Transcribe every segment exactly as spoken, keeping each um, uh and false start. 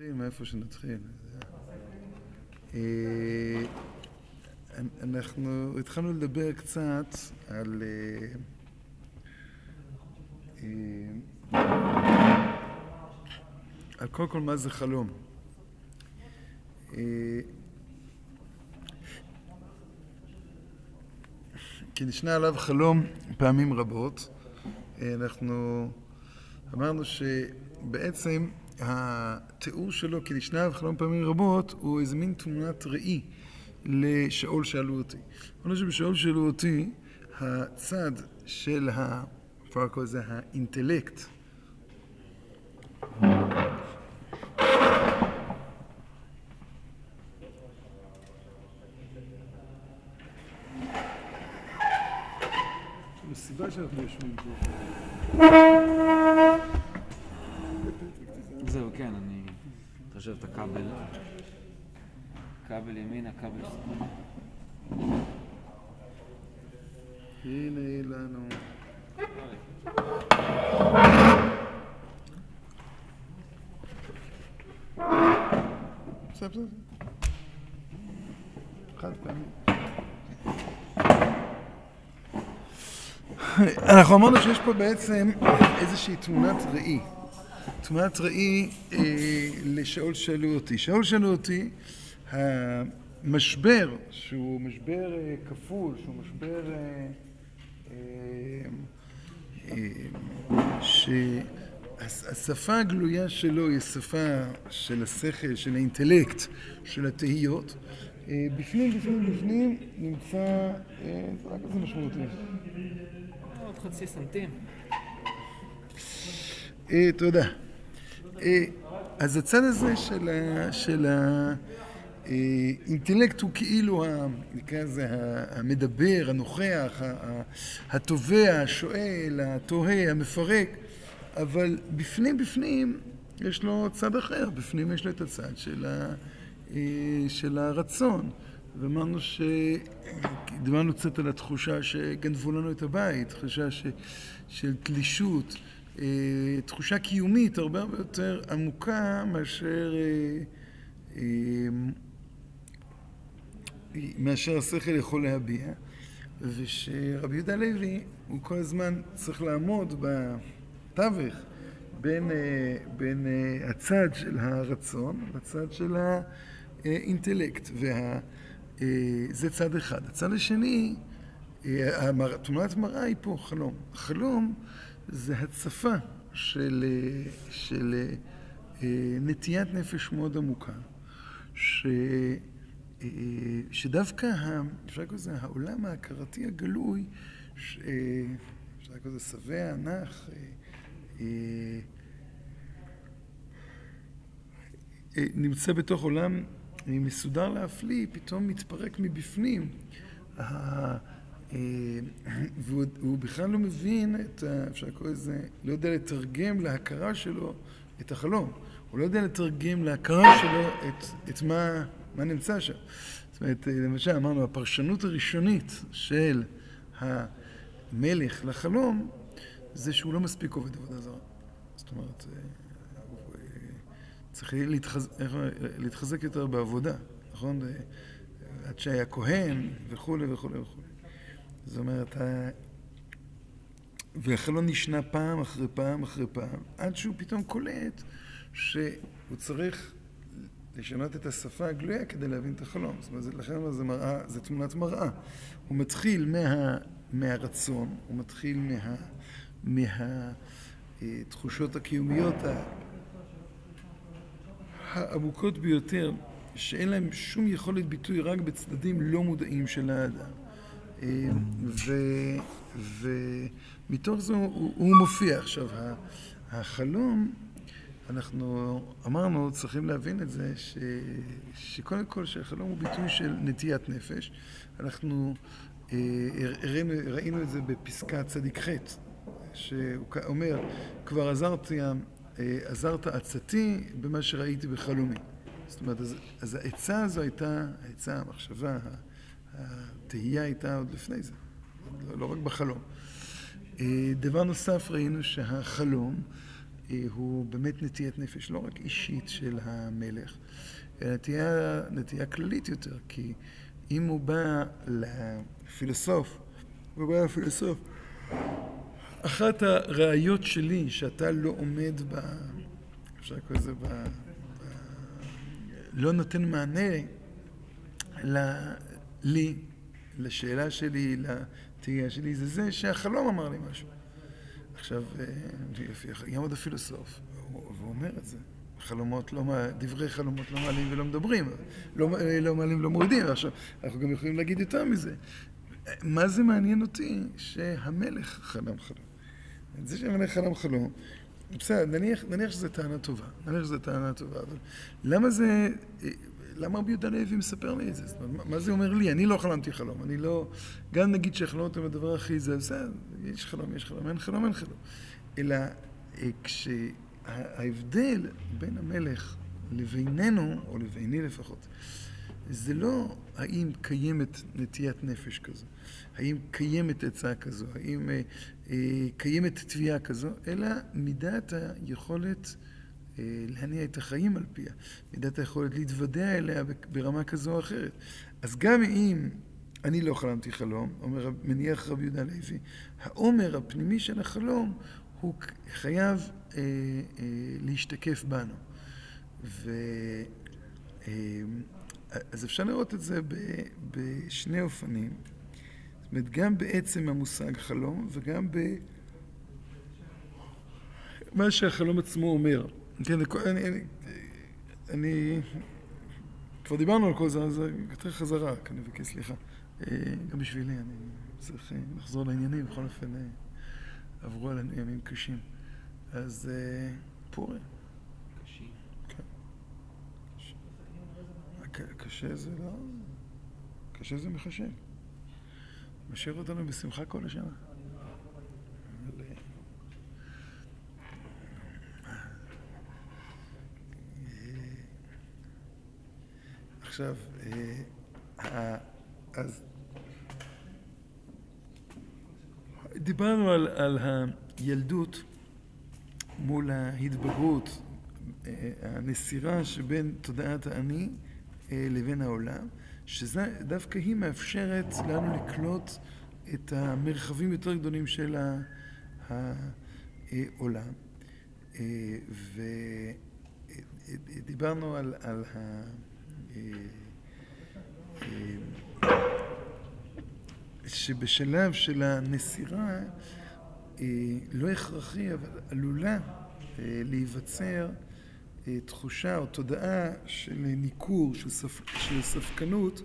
מאיפה שנתחיל. אנחנו התחלנו לדבר קצת על על כל כל מה זה חלום. כי נשנה עליו חלום פעמים רבות. אנחנו אמרנו שבעצם התיאור שלו, כי נשנה עליו חלום פעמים רבות, הוא איזה מין תמונת ראי לשאול שאלו אותי. אני חושב שבשאול שאלו אותי, הצד של ה... אפשר לקרוא לזה האינטלקט, הסיבה שאנחנו יושבים פה. זהו, כן, אני חושב את הכבל. כבל ימין, הכבל שמאל. הנה לנו. בסדר, בסדר. חד פעמים. אנחנו אמרנו שיש פה בעצם איזושהי תמונת ראי. תמונת ראי אה, לשאול שאלו אותי. שאול שאלו אותי, המשבר, שהוא משבר אה, כפול, שהוא משבר אה, אה, אה, שהשפה הגלויה שלו היא השפה של השכל, של האינטלקט, של התהיות. אה, בפנים, בפנים, בפנים נמצא, אה, זה רק איזה משמעותי. עוד חצי סנטים. תודה. אז הצד הזה של האינטלקט הוא כאילו, נקרא לזה, המדבר, הנוכח, התובע, השואל, התוהה, המפרק, אבל בפנים בפנים יש לו צד אחר, בפנים יש לו את הצד של הרצון. ואמרנו שדיברנו קצת על התחושה שגנבו לנו את הבית, תחושה של תלישות, תחושה קיומית הרבה הרבה יותר עמוקה מאשר מאשר השכל יכול להביע. ושרבי יהודה לוי הוא כל הזמן צריך לעמוד בתווך בין, בין הצד של הרצון לצד של האינטלקט. וה זה צד אחד. הצד השני, תמונת מראה היא פה חלום. חלום זה הצפה של, של נטיית נפש מאוד עמוקה, ש, שדווקא אפשר לקרוא לזה העולם ההכרתי הגלוי, ש, אפשר לקרוא לזה שבע, נח, נמצא בתוך עולם מסודר להפליא, פתאום מתפרק מבפנים, והוא בכלל לא מבין את, אפשר לקרוא לזה, לא יודע לתרגם להכרה שלו את החלום. הוא לא יודע לתרגם להכרה שלו את, את מה, מה נמצא שם. זאת אומרת, למשל, אמרנו, הפרשנות הראשונית של המלך לחלום, זה שהוא לא מספיק עובד עבודה זרה. זאת אומרת, צריך להתחזק, להתחזק יותר בעבודה, נכון? עד שהיה כהן וכו' וכו' וכו'. זאת אומרת, והחלום נשנה פעם אחרי פעם אחרי פעם, עד שהוא פתאום קולט שהוא צריך לשנות את השפה הגלויה כדי להבין את החלום. זאת אומרת, לכן זה מראה, זה תמונת מראה. הוא מתחיל מה, מהרצון, הוא מתחיל מה, מהתחושות הקיומיות העמוקות ביותר, שאין להם שום יכולת ביטוי רק בצדדים לא מודעים של האדם. ו, ומתוך זה הוא, הוא מופיע. עכשיו, החלום, אנחנו אמרנו, צריכים להבין את זה, ש, שקודם כל שהחלום הוא ביטוי של נטיית נפש. אנחנו ראינו, ראינו את זה בפסקה צדיק ח', שהוא אומר, כבר עזרתי, עזרת עצתי במה שראיתי בחלומי. זאת אומרת, אז, אז העצה הזו הייתה, העצה, המחשבה, התהייה הייתה עוד לפני זה, לא, לא רק בחלום. דבר נוסף, ראינו שהחלום הוא באמת נטיית נפש, לא רק אישית של המלך, אלא נטייה, נטייה כללית יותר, כי אם הוא בא לפילוסוף, הוא בא לפילוסוף, אחת הראיות שלי שאתה לא עומד ב... אפשר לקרוא לזה ב... ב... לא נותן מענה ל... לי, לשאלה שלי, לתהייה שלי, זה זה שהחלום אמר לי משהו. עכשיו, יעמוד הפילוסוף, והוא אומר את זה. חלומות לא, דברי חלומות לא מעלים ולא מדברים, לא, לא מעלים ולא מורידים. עכשיו, אנחנו גם יכולים להגיד יותר מזה. מה זה מעניין אותי? שהמלך חלם חלום. זה שהמלך חלם חלום, בסדר, נניח, נניח שזו טענה טובה, נניח שזו טענה טובה, אבל למה זה, למה רבי יהודה הלוי מספר לי את זה? זאת אומרת, מה זה אומר לי? אני לא חלמתי חלום, אני לא, גם נגיד שהחלומות הם הדבר הכי זה, בסדר, יש חלום, יש חלום, אין חלום, אין חלום. אלא כשההבדל בין המלך לבינינו, או לביני לפחות, זה לא האם קיימת נטיית נפש כזו, האם קיימת עצה כזו, האם אה, אה, קיימת תביעה כזו, אלא מידת היכולת אה, להניע את החיים על פיה, מידת היכולת להתוודע אליה ברמה כזו או אחרת. אז גם אם אני לא חלמתי חלום, אומר, מניח רבי יהודה הלוי, העומר הפנימי של החלום הוא חייב אה, אה, להשתקף בנו. ו... אה, אז אפשר לראות את זה בשני אופנים. זאת אומרת, גם בעצם המושג חלום, וגם במה שהחלום עצמו אומר. כן, אני, אני, אני כבר דיברנו על כל זה, אז יותר חזרה, כאן נבקש סליחה. גם בשבילי, אני צריך לחזור לעניינים, בכל אופן עברו על ימים קשים. אז פורים. קשים. כן. קשה זה לא... קשה זה מחשב. משאיר אותנו בשמחה כל השנה. אבל... עכשיו, אז... דיברנו על, על הילדות מול ההתבגרות, הנסירה שבין תודעת האני לבין העולם, שדווקא היא מאפשרת לנו לקלוט את המרחבים יותר גדולים של העולם. ודיברנו על, על ה... שבשלב של הנסירה לא הכרחי, אבל עלולה להיווצר תחושה או תודעה של ניכור, של, ספ... של ספקנות.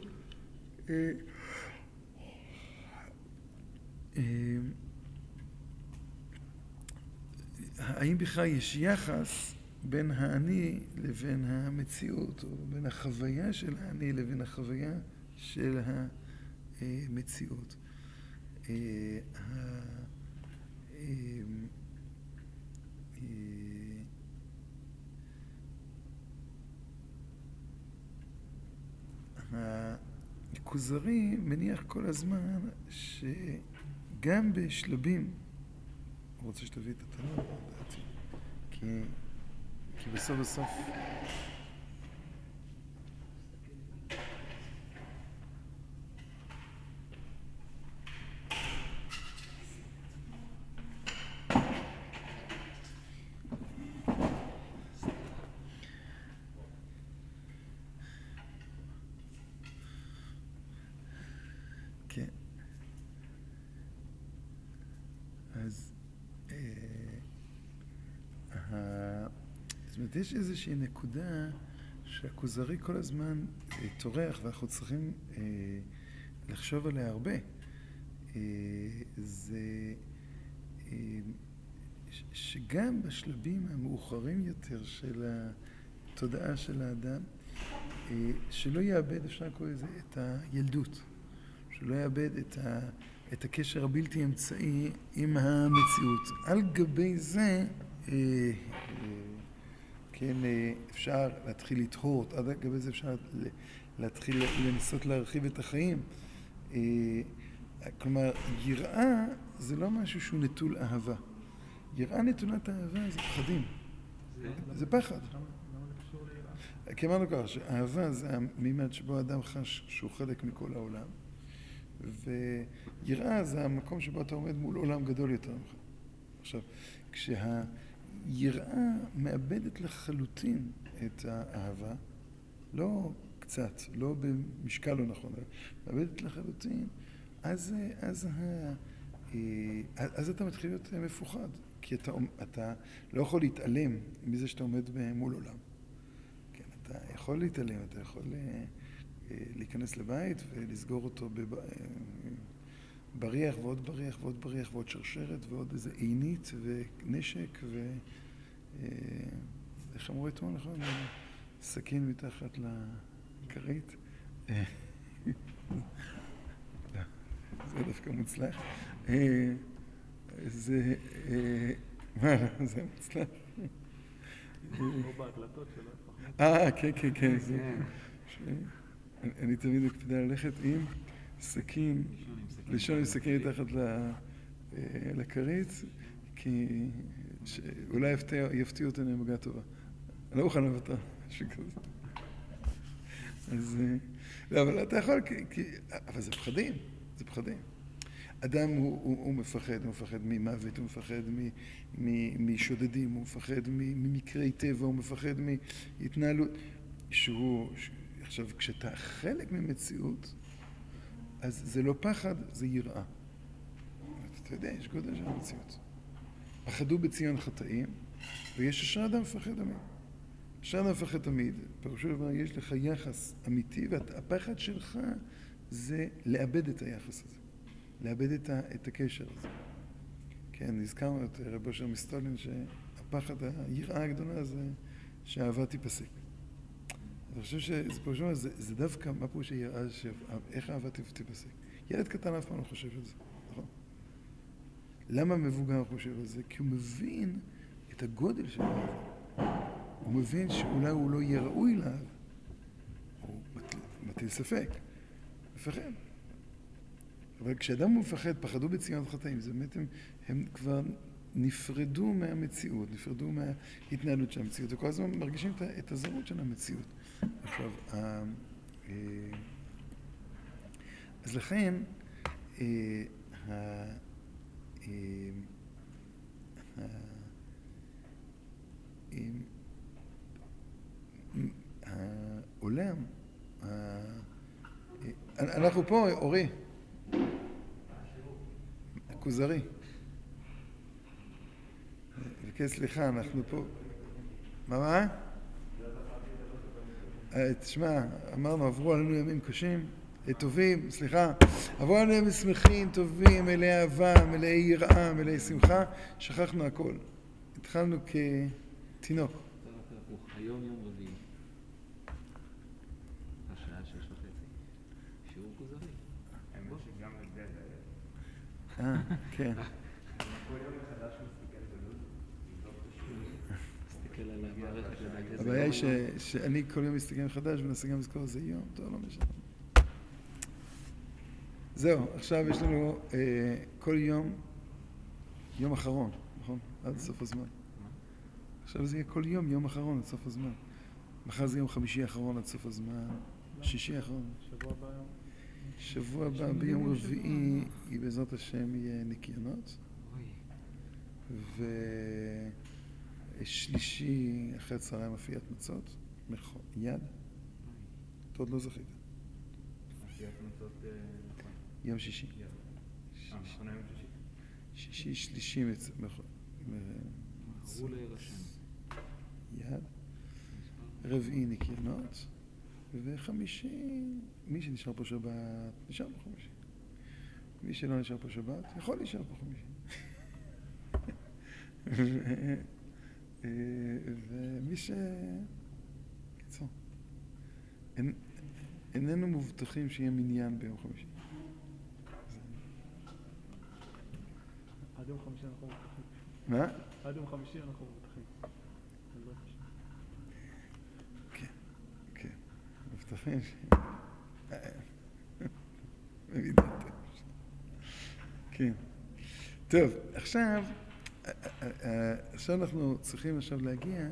האם בכלל יש יחס בין האני לבין המציאות, או בין החוויה של האני לבין החוויה של המציאות? הכוזרי מניח כל הזמן שגם בשלבים, הוא רוצה שתביא את התנור, לדעתי, כי, כי בסוף בסוף אז זאת אומרת, יש איזושהי נקודה שהכוזרי כל הזמן תורח, ואנחנו צריכים לחשוב עליה הרבה. זה שגם בשלבים המאוחרים יותר של התודעה של האדם, שלא יאבד, אפשר לקרוא לזה, את הילדות, שלא יאבד את ה... את הקשר הבלתי אמצעי עם המציאות. על גבי זה, אה, אה, כן, אה, אפשר להתחיל לתהות, על גבי זה אפשר להתחיל לנסות להרחיב את החיים. אה, כלומר, יראה זה לא משהו שהוא נטול אהבה. יראה נתונת האהבה זה פחדים. זה פחד. כי אמרנו ככה, שאהבה זה המימד שבו האדם חש שהוא חלק מכל העולם, ויראה זה המקום שבו אתה עומד מול עולם גדול יותר ממך. עכשיו, כשהיראה מאבדת לחלוטין את האהבה, לא קצת, לא במשקל לא נכון, מאבדת לחלוטין, אז, אז, ה, אז אתה מתחיל להיות מפוחד, כי אתה, אתה לא יכול להתעלם מזה שאתה עומד מול עולם. כן, אתה יכול להתעלם, אתה יכול להיכנס לבית ולסגור אותו בבריח ועוד בריח ועוד בריח ועוד שרשרת ועוד איזה עינית ונשק ו... איך אמרו אתמול, נכון? סכין מתחת לכרית. זה דווקא מוצלח. זה... מה? זה מוצלח. לא בהקלטות שלו. אה, כן, כן, כן. אני תמיד מקפידה ללכת עם סכין, לישון עם סכין מתחת לכרית, כי אולי יפתיעו אותנו עם מגע טובה. אני לא מוכן לוותר, משהו כזה. אז... לא, אבל אתה יכול, אבל זה פחדים, זה פחדים. אדם הוא, הוא, הוא מפחד, הוא מפחד ממוות, הוא מפחד משודדים, הוא מפחד ממקרי טבע, הוא מפחד מהתנהלות. שהוא, עכשיו, כשאתה חלק ממציאות, אז זה לא פחד, זה יראה. אתה יודע, יש גודל של המציאות. פחדו בציון חטאים, ויש אשר אדם מפחד תמיד. אשר אדם מפחד תמיד, פירושו דבר, יש לך יחס אמיתי, והפחד שלך זה לאבד את היחס הזה. לאבד את, ה, את הקשר הזה. כן, נזכרנו את רב אושר מסטולין שהפחד, היראה הגדולה זה שהאהבה תיפסק. אני חושב שזה פשוט, זה, זה דווקא מה פה שיראה, איך האהבה תיפסק. ילד קטן אף פעם לא חושב על זה, נכון? למה מבוגר חושב על זה? כי הוא מבין את הגודל של האהבה. הוא מבין שאולי הוא לא יהיה ראוי לאהבה. הוא מטיל, מטיל ספק. מפחד. אבל כשאדם מפחד, פחדו בציון חטאים, זה באמת הם, הם כבר נפרדו מהמציאות, נפרדו מההתנהלות של המציאות, וכל הזמן מרגישים את הזרות של המציאות. עכשיו, אז לכן, העולם, אנחנו פה, אורי, כוזרי. וכן, סליחה, אנחנו פה. מה, מה? תשמע, אמרנו, עברו עלינו ימים קשים, טובים, סליחה. עברו עלינו ימים שמחים, טובים, מלאי אהבה, מלאי יראה, מלאי שמחה. שכחנו הכל. התחלנו כתינוק. היום יום רביעי. השעה שש וחצי. שיעור כוזרי. האמת שגם לגדל. אה, כן. כל יום מחדש מסתכל בלוז, לבדוק את השיעור. מסתכל על המערכת לדעת איזה... הבעיה היא שאני כל יום מסתכל מחדש ונסה גם לזכור איזה יום, טוב, לא משנה. זהו, עכשיו יש לנו כל יום, יום אחרון, נכון? עד סוף הזמן. עכשיו זה יהיה כל יום, יום אחרון עד סוף הזמן. מחר זה יום חמישי האחרון עד סוף הזמן. שישי האחרון. שבוע הבא יום. שבוע הבא ביום רביעי, היא בעזרת השם יהיה ניקיונות. ושלישי אחרי הצהריים אפיית מצות, יד. אתה עוד לא זכית. אפיית מצות, נכון. יום שישי. אה, נכון, היום שישי. שישי, שלישי מצות. מכרו להירשם. יד. רביעי ניקיונות. וחמישי, מי שנשאר פה שבת, נשאר פה חמישי. מי שלא נשאר פה שבת, יכול להישאר פה חמישי. ומי ש... קיצור. איננו מובטחים שיהיה מניין ביום חמישי. עד יום חמישי אנחנו מובטחים. מה? עד יום חמישי אנחנו מובטחים. כן, כן. מובטחים ש... מבינים. כן. טוב, עכשיו, עכשיו אנחנו צריכים עכשיו להגיע,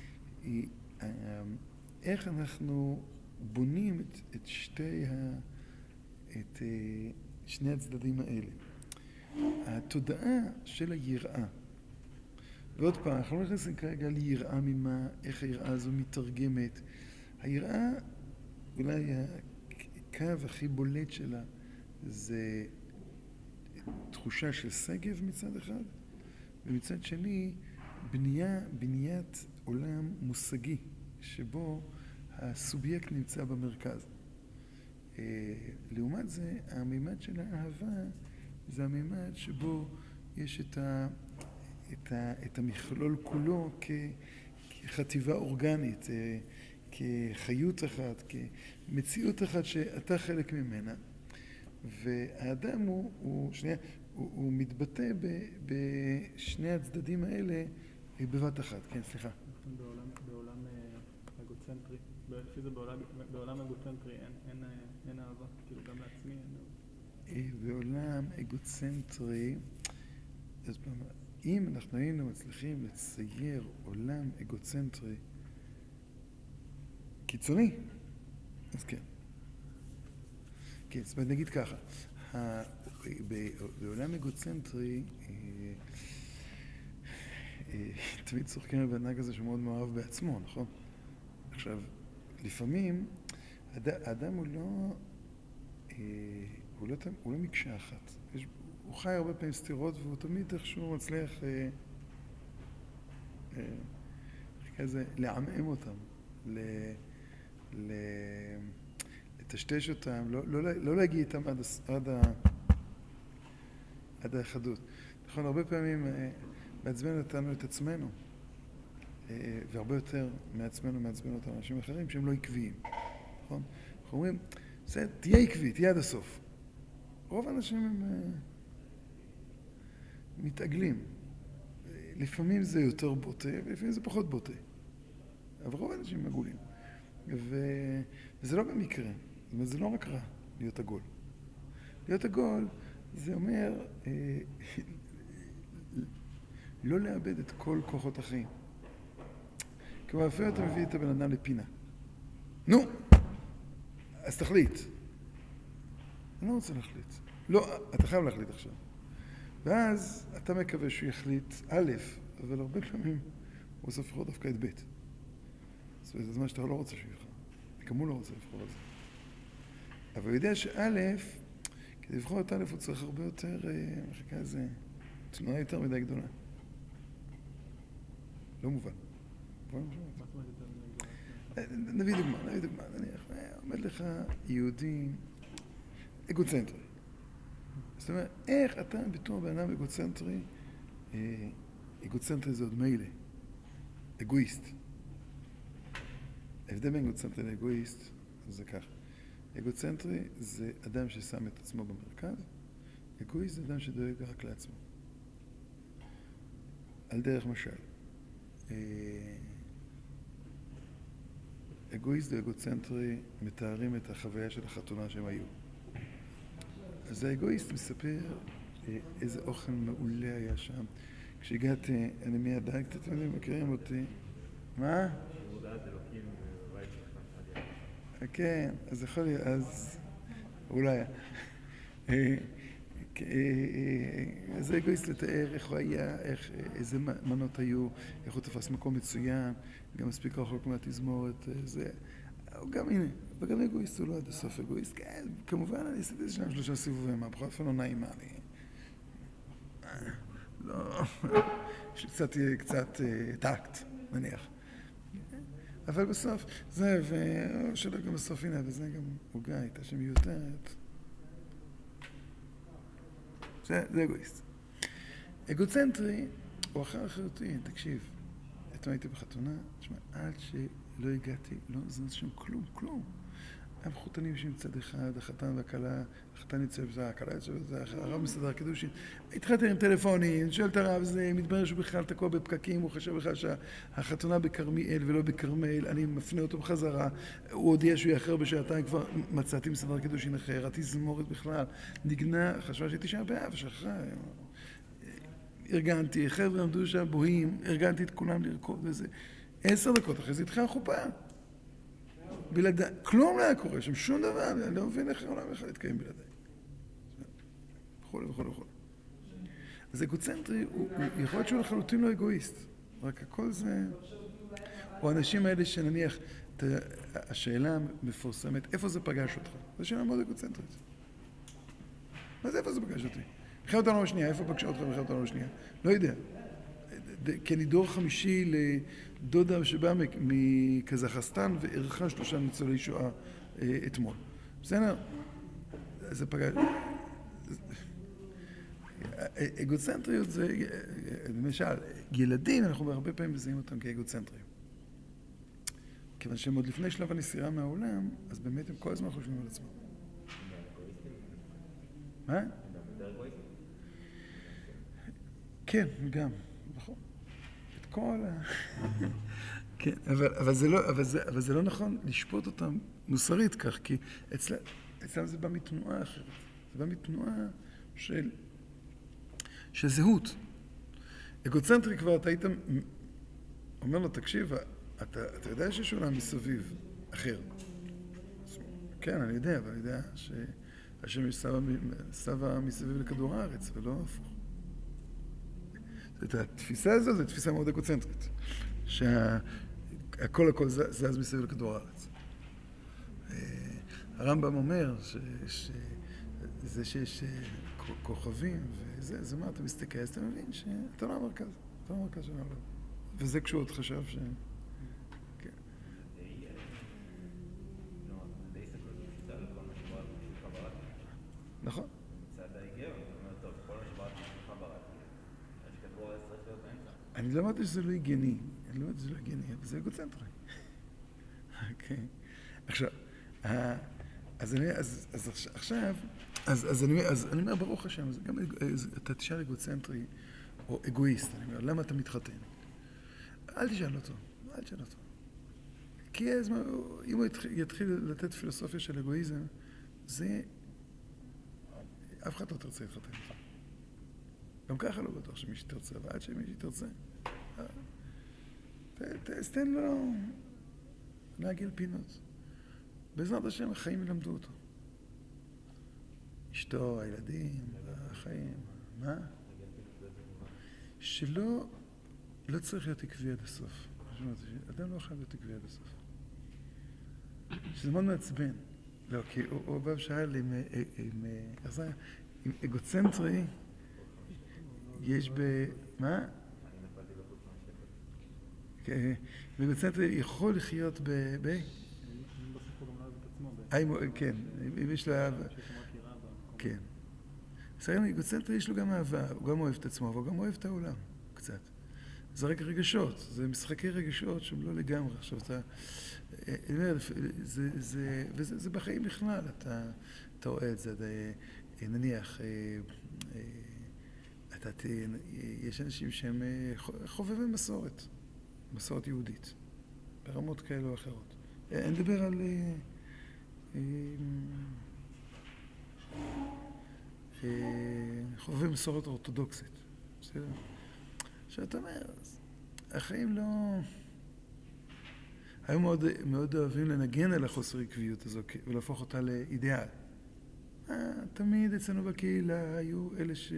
איך אנחנו בונים את, את שתי ה... את שני הצדדים האלה. התודעה של היראה. ועוד פעם, אנחנו לא נכנסים כרגע ליראה ממה, איך היראה הזו מתרגמת. היראה, אולי הקו הכי בולט שלה, זה תחושה של סגב מצד אחד, ומצד שני, בנייה, בניית עולם מושגי, שבו הסובייקט נמצא במרכז. לעומת זה, המימד של האהבה זה המימד שבו יש את, ה, את, ה, את המכלול כולו כ, כחטיבה אורגנית, כחיות אחת, כמציאות אחת שאתה חלק ממנה. והאדם הוא, הוא, שני, הוא, הוא מתבטא ב, בשני הצדדים האלה בבת אחת. כן, סליחה. בעולם, בעולם אגוצנטרי, לפי זה בעולם, בעולם אגוצנטרי אין, אין, אין אהבה, כאילו גם לעצמי אין אהבה. בעולם אגוצנטרי, אז פעם, אם אנחנו היינו מצליחים לצייר עולם אגוצנטרי קיצוני, אז כן. כן, זאת אומרת, נגיד ככה, בעולם אגוצנטרי, תמיד צוחקים על בנהג הזה שמאוד מאוהב בעצמו, נכון? עכשיו, לפעמים, האדם הוא לא, הוא לא, הוא לא מקשה אחת. יש, הוא חי הרבה פעמים סתירות, והוא תמיד איכשהו מצליח כזה לעמעם אותם, ל... ל... לטשטש אותם, לא, לא, לא להגיע איתם עד, עד, עד האחדות. נכון, הרבה פעמים מעצבן אותנו את עצמנו, והרבה יותר מעצמנו מעצבן אותנו אנשים אחרים שהם לא עקביים. נכון? אנחנו אומרים, תהיה עקבי, תהיה עד הסוף. רוב האנשים הם מתעגלים. לפעמים זה יותר בוטה, ולפעמים זה פחות בוטה. אבל רוב האנשים עגולים. ו... וזה לא במקרה. זאת אומרת, זה לא רק רע להיות עגול. להיות עגול זה אומר אה, לא לאבד את כל כוחות החיים. כלומר, אפילו אתה מביא את הבן אדם לפינה. נו! אז תחליט. אני לא רוצה להחליט. לא, אתה חייב להחליט עכשיו. ואז אתה מקווה שהוא יחליט א', אבל הרבה פעמים הוא עושה לבחור דווקא את ב'. זאת אומרת, זה זמן שאתה לא רוצה שהוא יבחר. גם הוא לא רוצה לבחור את זה. אבל הוא יודע שא', כדי לבחור את א', הוא צריך הרבה יותר, מחכה איזה, תנועה יותר מדי גדולה. לא מובן. נביא דוגמה, נביא דוגמה, נניח, עומד לך יהודי אגוצנטרי. זאת אומרת, איך אתה בתור בן אדם אגוצנטרי, אגוצנטרי זה עוד מילא, אגואיסט. ההבדל בין אגוצנטרי לאגואיסט זה כך. אגוצנטרי זה אדם ששם את עצמו במרכז, אגואיסט זה אדם שדואג רק לעצמו. על דרך משל. אגואיסט ואגוצנטרי מתארים את החוויה של החתונה שהם היו. אז האגואיסט מספר איזה אוכל מעולה היה שם. כשהגעתי, אני מיד דאגתי, אתם יודעים, מכירים אותי. מה? עבודת אלוקים בבית שלך. כן, אז יכול להיות, אז אולי. אז האגואיסט לתאר איך הוא היה, איך, איזה מנות היו, איך הוא תפס מקום מצוין, גם מספיק רחוק מהתזמורת, זה... גם הנה, וגם אגואיסט הוא לא עד הסוף אגואיסט, כן, כמובן אני עשיתי איזה שניים שלושה סיבובים, הבחורה אפילו לא נעימה לי. לא, יש לי קצת, קצת טקט, נניח. אבל בסוף, זה, ושלא גם בסוף, הנה, וזה גם עוגה הייתה שמיותרת. זה, זה אגואיסט. אגוצנטרי הוא אחר אחריותי, תקשיב. אתם הייתי בחתונה, תשמע, עד שלא הגעתי, לא זז שם כלום, כלום. הם חותנים שמצד אחד, החתן והכלה, החתן יצא בזה, הכלה יצא בזה, הרב מסדר קידושין. התחלתי עם טלפונים, שואל את הרב, זה מתברר שהוא בכלל תקוע בפקקים, הוא חשב בכלל שהחתונה בכרמיאל ולא בכרמל, אני מפנה אותו בחזרה, הוא הודיע שהוא יאחר בשעתיים, כבר מצאתי מסדר קידושין אחר, התזמורת בכלל, נגנה, חשבה שתשעה באב, שכחה. ארגנתי, חבר'ה עמדו שם בוהים, ארגנתי את כולם לרקוד וזה. עשר דקות אחרי זה התחילה החופה. בלעדיי, כלום לא היה קורה שם, שום דבר, אני לא מבין איך העולם יכול להתקיים בלעדיי. וכו' וכו' וכו'. אז אגוצנטרי, הוא, הוא יכול להיות שהוא לחלוטין לא אגואיסט, רק הכל זה... או האנשים האלה שנניח, ת, השאלה מפורסמת, איפה זה פגש אותך? זו שאלה מאוד אגוצנטרית. מה זה איפה זה פגש אותי? מלחמת העולם השנייה, איפה פגשה אותך במלחמת העולם השנייה? לא יודע. כי אני דור חמישי לדודה שבא מקזחסטן וערכה שלושה ניצולי שואה אתמול. בסדר? זה פגש... אגוצנטריות זה, למשל, ילדים, אנחנו הרבה פעמים מזהים אותם כאגוצנטריים. כיוון שהם עוד לפני שלב הנסירה מהעולם, אז באמת הם כל הזמן חושבים על עצמם. מה? כן, גם, נכון. את כל ה... כן, אבל, אבל, זה לא, אבל, זה, אבל זה לא נכון לשפוט אותם מוסרית כך, כי אצל, אצלם זה בא מתנועה אחרת. זה בא מתנועה של, של זהות. אגוצנטרי כבר, אתה היית אומר לו, תקשיב, אתה, אתה יודע שיש עולם מסביב אחר. כן, אני יודע, אבל אני יודע שהשם יש סבא מסביב לכדור הארץ, ולא הפוך. את התפיסה הזו, זו תפיסה מאוד אגוצנטרית, שהכל הכל זז מסביב לכדור הארץ. הרמב"ם אומר שזה שיש כוכבים, וזה, זה מה אתה מסתכל, אז אתה מבין שאתה לא המרכז, אתה לא המרכז של העולם. וזה כשהוא עוד חשב ש... כן. נכון. אני לא אמרתי שזה לא הגיוני, אני לא אמרתי שזה לא הגיוני, אבל זה אגוצנטרי. אוקיי. עכשיו, אז אני, אז, אז עכשיו, אז, אז אני, אז אני אומר, ברוך השם, גם אתה תשאל אגוצנטרי או אגואיסט, אני אומר, למה אתה מתחתן? אל תשאל אותו, אל תשאל אותו. כי אז, אם הוא יתחיל לתת פילוסופיה של אגואיזם, זה, אף אחד לא תרצה להתחתן איתו. גם ככה לא בטוח שמישהו תרצה, ועד שמישהו תרצה. אז תן לו להגיל פינות. בעזרת השם, החיים ילמדו אותו. אשתו, הילדים, החיים, מה? שלא, לא צריך להיות עקבי עד הסוף. אדם לא חייב להיות עקבי עד הסוף. שזה מאוד מעצבן. לא, כי הוא בא ושאל עם, עם, איך זה היה? עם אגוצנטרי, יש ב... מה? אני נפלתי בחוץ מהשקט. ואגוצנטרי יכול לחיות ב... ב... בסוף הוא גם לא אוהב את עצמו. כן, אם יש לו אהבה. כן. בסדר, אגוצנטרי יש לו גם אהבה, הוא גם אוהב את עצמו, אבל הוא גם אוהב את העולם, קצת. זה רק רגשות, זה משחקי רגשות שהם לא לגמרי. עכשיו אתה... זה, זה, וזה, זה בחיים בכלל, אתה, אתה רואה את זה, נניח, אתה, יש אנשים שהם חובבי מסורת, מסורת יהודית, ברמות כאלה או אחרות. אני מדבר על חובבי מסורת אורתודוקסית, בסדר? שאתה אומר, החיים לא... היו מאוד, מאוד אוהבים לנגן על החוסר עקביות הזו ולהפוך אותה לאידיאל. תמיד אצלנו בקהילה היו אלה ש...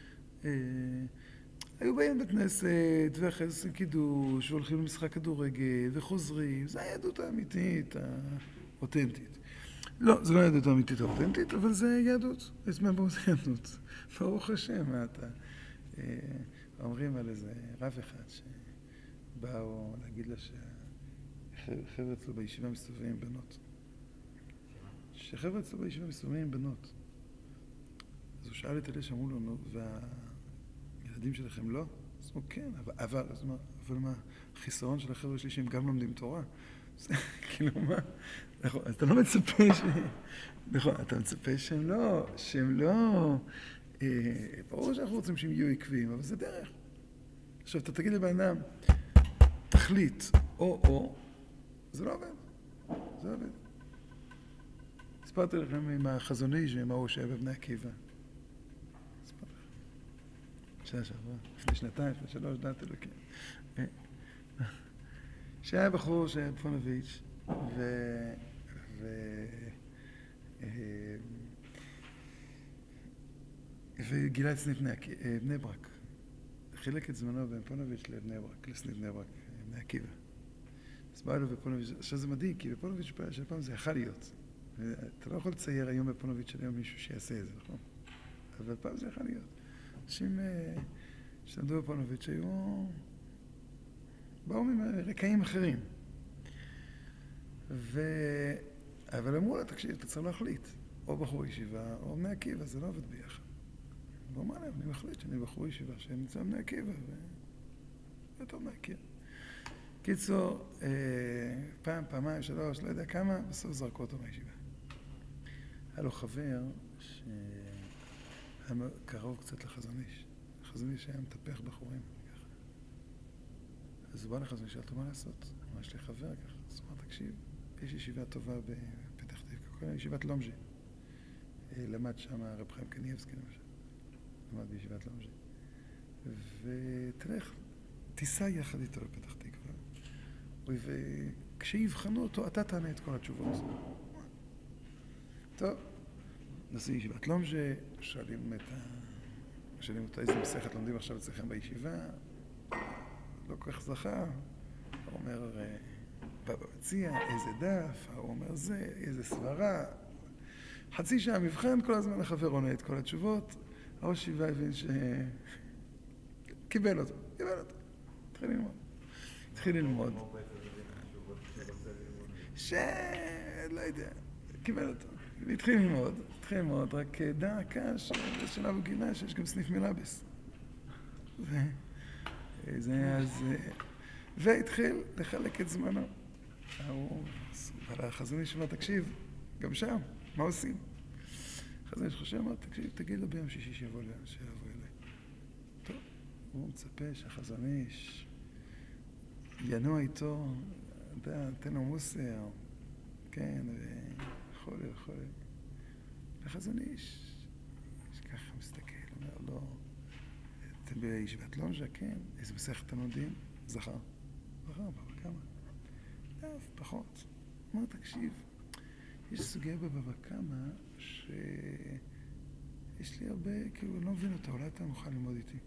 היו באים בכנסת ואחרי זה קידוש והולכים למשחק כדורגל וחוזרים. זו היהדות האמיתית, האותנטית. לא, זו לא היהדות האמיתית האותנטית, אבל זה יהדות. אז מה בואו זה יהדות? ברוך השם, מה אתה... אומרים על איזה רב אחד שבאו להגיד לה שה... חבר'ה אצלו בישיבה מסתובבים עם בנות. שחבר'ה אצלו בישיבה מסתובבים עם בנות. אז הוא שאל את אלה שאמרו לו, והילדים שלכם לא? אז הוא כן, אבל, אבל, אז מה, אבל מה, החיסרון של החבר'ה שלי שהם גם לומדים תורה? כאילו מה? נכון, אז אתה לא מצפה ש... נכון, אתה מצפה שהם לא, שהם לא... ברור שאנחנו רוצים שהם יהיו עקביים, אבל זה דרך. עכשיו, אתה תגיד לבן אדם, תחליט, או-או, זה לא עובד. זה לא עובד. הספרתי לכם עם החזון איש ועם ההוא שהיה בבני עקיבא. הספרתי לכם. שנה שעברה, לפני שנתיים, לפני שלוש, דעת אלוקים. שהיה בחור שהיה בפונוביץ' ו... ו... וגילה את סניף בני ברק. חילק את זמנו בין פונוביץ' לבני ברק, לסניף בני ברק, בני עקיבא. אז בא לו בפונוביץ', עכשיו זה מדהים, כי בפונוביץ' של פעם זה יכול להיות. אתה לא יכול לצייר היום בפונוביץ' של היום מישהו שיעשה את זה, נכון? אבל פעם זה יכול להיות. אנשים שלמדו בפונוביץ' היו... באו מרקעים אחרים. ו... אבל אמרו לה, תקשיב, אתה צריך להחליט. או בחור ישיבה, או בני עקיבא, זה לא עובד ביחד. והוא אמר להם, אני מחליט שאני בחור ישיבה, שאני נמצא בני עקיבא, ויותר בני עקיבא. קיצור, פעם, פעמיים, שלוש, לא יודע כמה, בסוף זרקו אותו מהישיבה. היה לו חבר שהיה קרוב קצת לחזון איש. החזון איש היה מטפח בחורים, ככה. אז הוא בא לחזון איש, שאל אותו מה לעשות? אמר, יש לי חבר ככה. אז הוא אמר, תקשיב, יש ישיבה טובה בפתח תקווה, כל ישיבת לומז'י. למד שם רב חיים קניאבסקי למשל. למד בישיבת לומז'י. ותלך, תיסע יחד איתו לפתח תקווה. וכשיבחנו אותו, אתה תענה את כל התשובות. טוב, נעשים ישיבת לומז'י, שואלים את ה... שואלים אותו איזה מסכת לומדים עכשיו אצלכם בישיבה. לא כל כך זכה. הוא אומר, בבא מציע, איזה דף, הוא אומר זה, איזה סברה. חצי שעה מבחן, כל הזמן החבר עונה את כל התשובות. הראש שיבה הבין ש... קיבל אותו, קיבל אותו. התחיל ללמוד. התחיל ללמוד. ש... לא יודע, קיבל אותו. התחיל ללמוד, התחיל ללמוד, רק דע הקש, בשלב הוא גילה שיש גם סניף מלאבס. זה אז... והתחיל לחלק את זמנו. הוא... החזון איש אמר, תקשיב, גם שם, מה עושים? החזון איש חושב, אמר, תקשיב, תגיד לו ביום שישי שיבוא אליי. טוב, הוא מצפה שהחזון איש ינוע איתו, אתה, תן לו מוסר, כן, וכו' וכו'. החזון איש, ככה מסתכל, אומר לו, אתם בישיבת לומז'י, כן, איזה מסכת תלמודים? זכר. זכר, בבא קמא. דף, פחות. אמר, תקשיב, יש סוגיה בבבא קמא שיש לי הרבה, כאילו, אני לא מבין אותה, אולי אתה מוכן ללמוד איתי.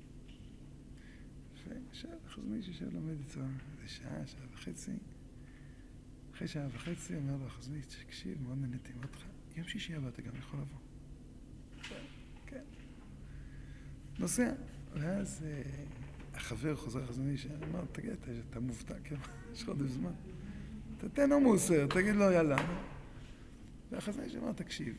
ושאל, החזון איש יושב לומד איתו, איזה שעה, שעה וחצי. אחרי שעה וחצי אומר לו, החזון איש, תקשיב, מאוד נהניתי עם אותך. יום שישי הבא אתה גם יכול לבוא. כן. נוסע. ואז החבר חוזר החזון איש, אמר, תגיד, אתה מובטא, כן? יש לך עוד זמן. תתן לו מוסר, תגיד לו, יאללה. והחזון איש אמר, תקשיב,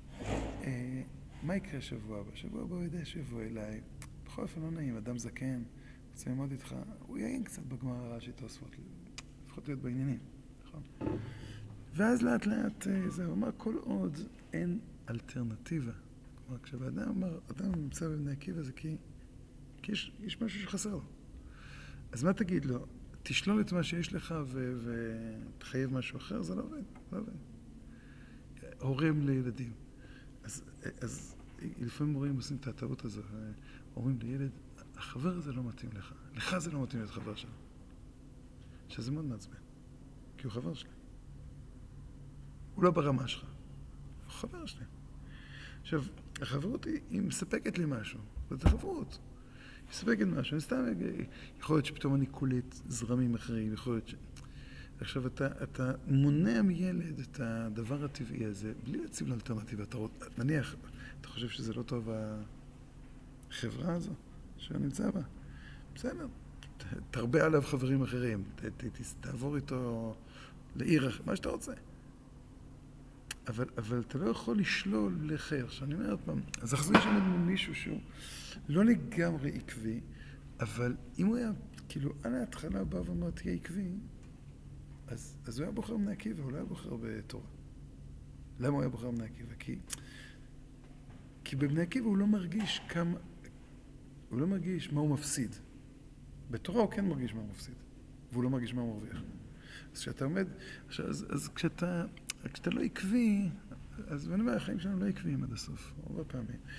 מה יקרה שבוע הבא? שבוע הבא הוא יודע שיבוא אליי. בכל אופן לא נעים, אדם זקן, רוצה ללמוד איתך, הוא יעין קצת בגמרא הרש"י תוספות, לפחות להיות בעניינים, נכון? ואז לאט לאט זה, הוא אמר, כל עוד אין אלטרנטיבה. כלומר, כשאדם אומר, אדם נמצא בבני עקיבא זה כי, כי יש, יש משהו שחסר לו. אז מה תגיד לו? תשלול את מה שיש לך ו- ותחייב משהו אחר, זה לא עובד, לא עובד. הורים לילדים. אז, אז לפעמים הורים עושים את הטעות הזו, אומרים לילד, החבר הזה לא מתאים לך, לך זה לא מתאים להיות חבר שלו. שזה מאוד מעצבן, כי הוא חבר שלי. הוא לא ברמה שלך, הוא חבר שלי. עכשיו, החברות היא, היא מספקת לי משהו, זאת החברות. היא מספקת משהו, אני סתם, יכול להיות שפתאום אני קולט זרמים אחרים, יכול להיות ש... עכשיו, אתה, אתה מונע מילד את הדבר הטבעי הזה, בלי להציב לאלטרנטיבה. אתה, נניח, אתה חושב שזה לא טוב החברה הזו שהוא נמצא בה? בסדר, ת, תרבה עליו חברים אחרים, ת, ת, ת, תעבור איתו לעיר אחרת, מה שאתה רוצה. אבל, אבל אתה לא יכול לשלול לחיר. עכשיו, אני אומר עוד פעם, אז אחזור יש לנו מישהו שהוא לא לגמרי עקבי, אבל אם הוא היה, כאילו, על ההתחלה בא ואמר, תהיה עקבי, אז, אז הוא היה בוחר בני עקיבא, הוא לא היה בוחר בתורה. למה הוא היה בוחר בני עקיבא? כי, כי בבני עקיבא הוא לא מרגיש כמה, הוא לא מרגיש מה הוא מפסיד. בתורה הוא כן מרגיש מה הוא מפסיד, והוא לא מרגיש מה הוא מרוויח. אז כשאתה עומד, עכשיו, אז, אז כשאתה, כשאתה לא עקבי, אז אני אומר, החיים שלנו לא עקביים עד הסוף, הרבה פעמים.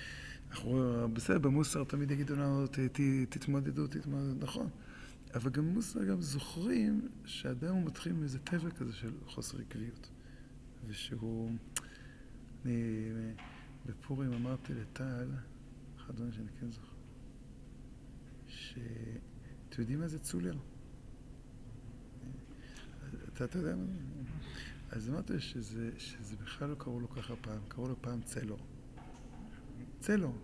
אנחנו, בסדר, במוסר תמיד יגידו לנו, ת- ת- תתמודדו, תתמודדו, נכון. אבל גם במוסר גם זוכרים שהאדם הוא מתחיל מאיזה טבע כזה של חוסר עקביות. ושהוא... אני בפורים אמרתי לטל, אחד הדברים שאני כן זוכר, שאתם יודעים מה זה צולר? אתה, אתה יודע מה זה? אז אמרתי שזה, שזה בכלל לא קראו לו ככה פעם, קראו לו פעם צלור. צלור.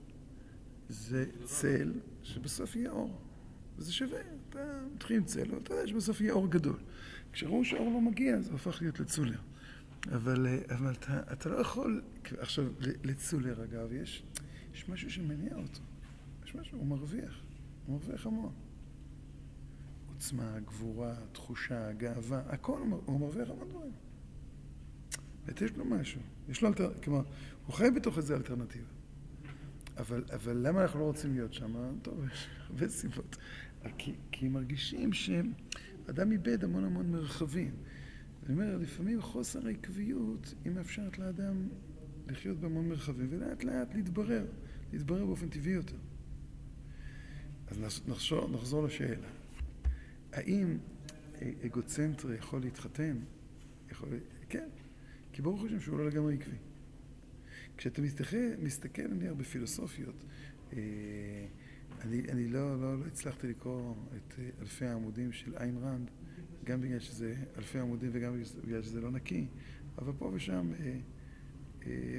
זה צל שבסוף יהיה אור. וזה שווה, אתה מתחיל עם צלור, אתה יודע שבסוף יהיה אור גדול. כשראו שהאור לא מגיע, זה הופך להיות לצולר. אבל, אבל אתה, אתה לא יכול, עכשיו, לצולר אגב, יש, יש משהו שמניע אותו. יש משהו, הוא מרוויח. הוא מרוויח המון. עוצמה, גבורה, תחושה, גאווה, הכל הוא מרוויח המון דברים. ויש לו משהו. יש לו אלטר... כלומר, הוא חי בתוך איזה אלטרנטיבה. אבל, אבל למה אנחנו לא רוצים להיות שם? טוב, יש הרבה סיבות. כי, כי מרגישים שאדם איבד המון המון מרחבים. אני אומר, לפעמים חוסר העקביות היא מאפשרת לאדם לחיות בהמון מרחבים, ולאט לאט להתברר, להתברר באופן טבעי יותר. אז נחזור, נחזור לשאלה. האם אגוצנטרי יכול להתחתן? יכול... כן, כי ברוך השם שהוא לא לגמרי עקבי. כשאתה מסתכל, מסתכל אני הרבה בפילוסופיות, אני, אני לא, לא, לא הצלחתי לקרוא את אלפי העמודים של איין רנד, גם בגלל שזה אלפי עמודים וגם בגלל שזה לא נקי, אבל פה ושם אה, אה,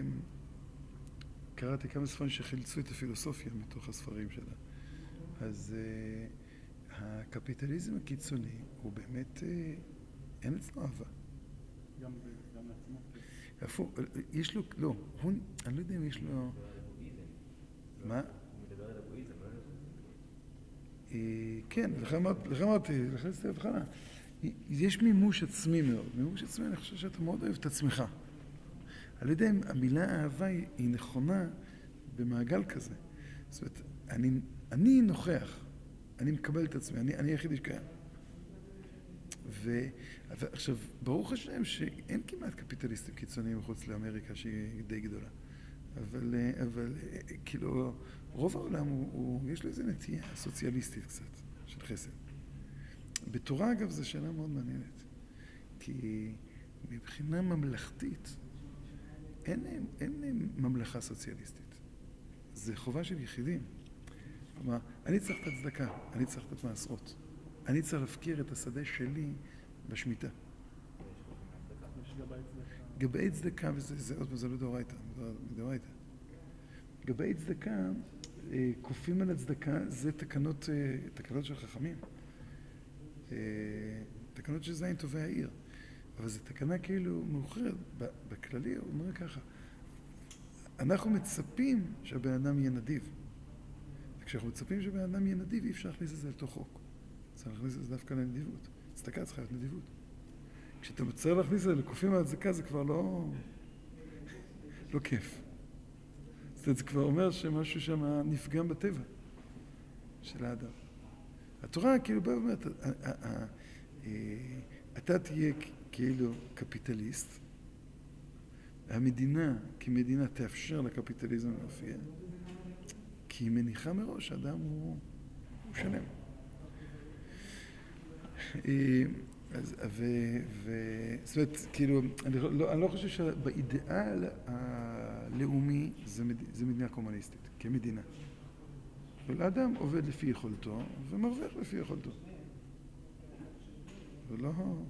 קראתי כמה ספרים שחילצו את הפילוסופיה מתוך הספרים שלה. אז אה, הקפיטליזם הקיצוני הוא באמת, אה, אין אצלו אהבה. גם גם לעצמו. איפה, יש לו, לא, הוא, אני לא יודע אם יש לו... מה? הוא מדבר על אגואיזם, לא על אגואיזם. כן, לכן אמרתי, לכן עשיתי הבחנה. יש מימוש עצמי מאוד. מימוש עצמי, אני חושב שאתה מאוד אוהב את עצמך. אני לא יודע אם המילה אהבה היא נכונה במעגל כזה. זאת אומרת, אני, אני נוכח, אני מקבל את עצמי, אני, אני היחידי שקיים. ועכשיו, ברוך השם שאין כמעט קפיטליסטים קיצוניים מחוץ לאמריקה שהיא די גדולה. אבל, אבל כאילו, רוב העולם הוא, הוא, יש לו איזו נטייה סוציאליסטית קצת, של חסד. בתורה, אגב, זו שאלה מאוד מעניינת. כי מבחינה ממלכתית, אין, אין ממלכה סוציאליסטית. זה חובה של יחידים. כלומר, אני צריך את הצדקה, אני צריך את מעשרות. אני צריך להפקיר את השדה שלי בשמיטה. יש גבאי צדקה. גבאי צדקה, וזה זה, עוד זה לא דאורייתא, מדאורייתא. גבאי צדקה, כופים על הצדקה, זה תקנות, תקנות של חכמים. תקנות של זין טובי העיר. אבל זו תקנה כאילו מאוחרת. בכללי הוא אומר ככה, אנחנו מצפים שהבן אדם יהיה נדיב. וכשאנחנו מצפים שהבן אדם יהיה נדיב, אי אפשר להכניס את זה לתוך חוק. צריך להכניס את זה דווקא לנדיבות. צדקה צריכה להיות נדיבות. כשאתה מצטער להכניס את זה לקופים על הצדקה, זה כבר לא... לא כיף. זאת אומרת, זה כבר אומר שמשהו שם נפגם בטבע של האדם. התורה כאילו באה ואומרת, אתה תהיה כאילו קפיטליסט, המדינה כמדינה תאפשר לקפיטליזם להופיע, כי היא מניחה מראש שהאדם הוא, הוא שלם. אז, ו, ו, זאת אומרת, כאילו, אני לא, אני לא חושב שבאידאל הלאומי זה, מד, זה מדינה קומוניסטית, כמדינה. אבל האדם עובד לפי יכולתו ומרוויח לפי יכולתו. ולא...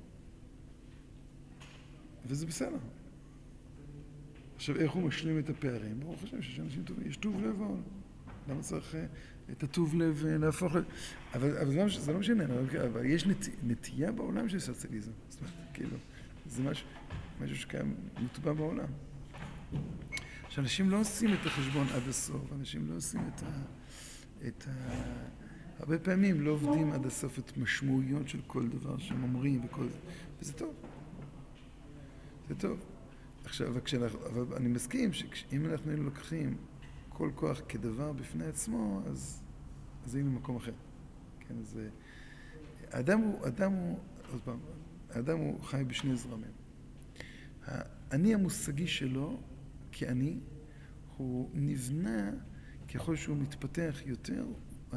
וזה בסדר. עכשיו, איך הוא משלים את הפערים? ברוך השם שיש אנשים טובים, יש טוב לב העולם. למה צריך את הטוב לב להפוך ל... אבל, אבל זה, זה לא משנה, אבל יש נת, נטייה בעולם של סוציאליזם. זאת אומרת, כאילו, זה משהו, משהו שקיים מוטבע בעולם. שאנשים לא עושים את החשבון עד הסוף, אנשים לא עושים את ה... את ה... הרבה פעמים לא עובדים עד הסוף את משמעויות של כל דבר שהם אומרים וכל זה, וזה טוב. זה טוב. עכשיו, אבל אני מסכים שאם אנחנו היינו לוקחים כל כוח כדבר בפני עצמו, אז, אז היינו במקום אחר. כן, אז האדם הוא, האדם הוא, עוד פעם, האדם הוא חי בשני זרמים. האני המושגי שלו, כאני, הוא נבנה ככל שהוא מתפתח יותר,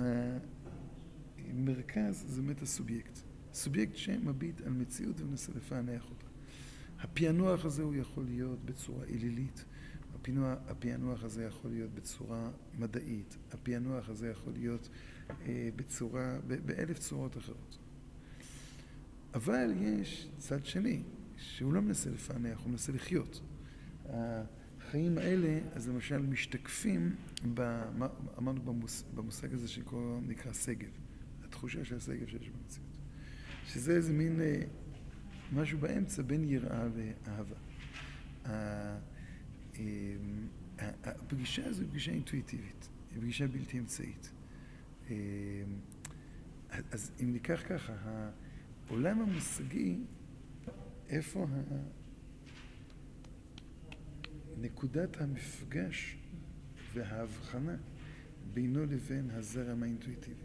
המרכז זה באמת הסובייקט. סובייקט שמביט על מציאות ומנסה לפענח אותה. הפענוח הזה הוא יכול להיות בצורה אלילית, הפענוח, הפענוח הזה יכול להיות בצורה מדעית, הפענוח הזה יכול להיות אה, בצורה, ב- באלף צורות אחרות. אבל יש צד שני, שהוא לא מנסה לפענח, הוא מנסה לחיות. החיים האלה, אז למשל, משתקפים, במה, אמרנו במוס, במושג הזה שנקרא סגב, התחושה של הסגב שיש במציאות. שזה איזה מין אה, משהו באמצע בין יראה ואהבה. הפגישה הזו היא פגישה אינטואיטיבית, היא פגישה בלתי אמצעית. אז אם ניקח ככה, העולם המושגי, איפה נקודת המפגש וההבחנה בינו לבין הזרם האינטואיטיבי?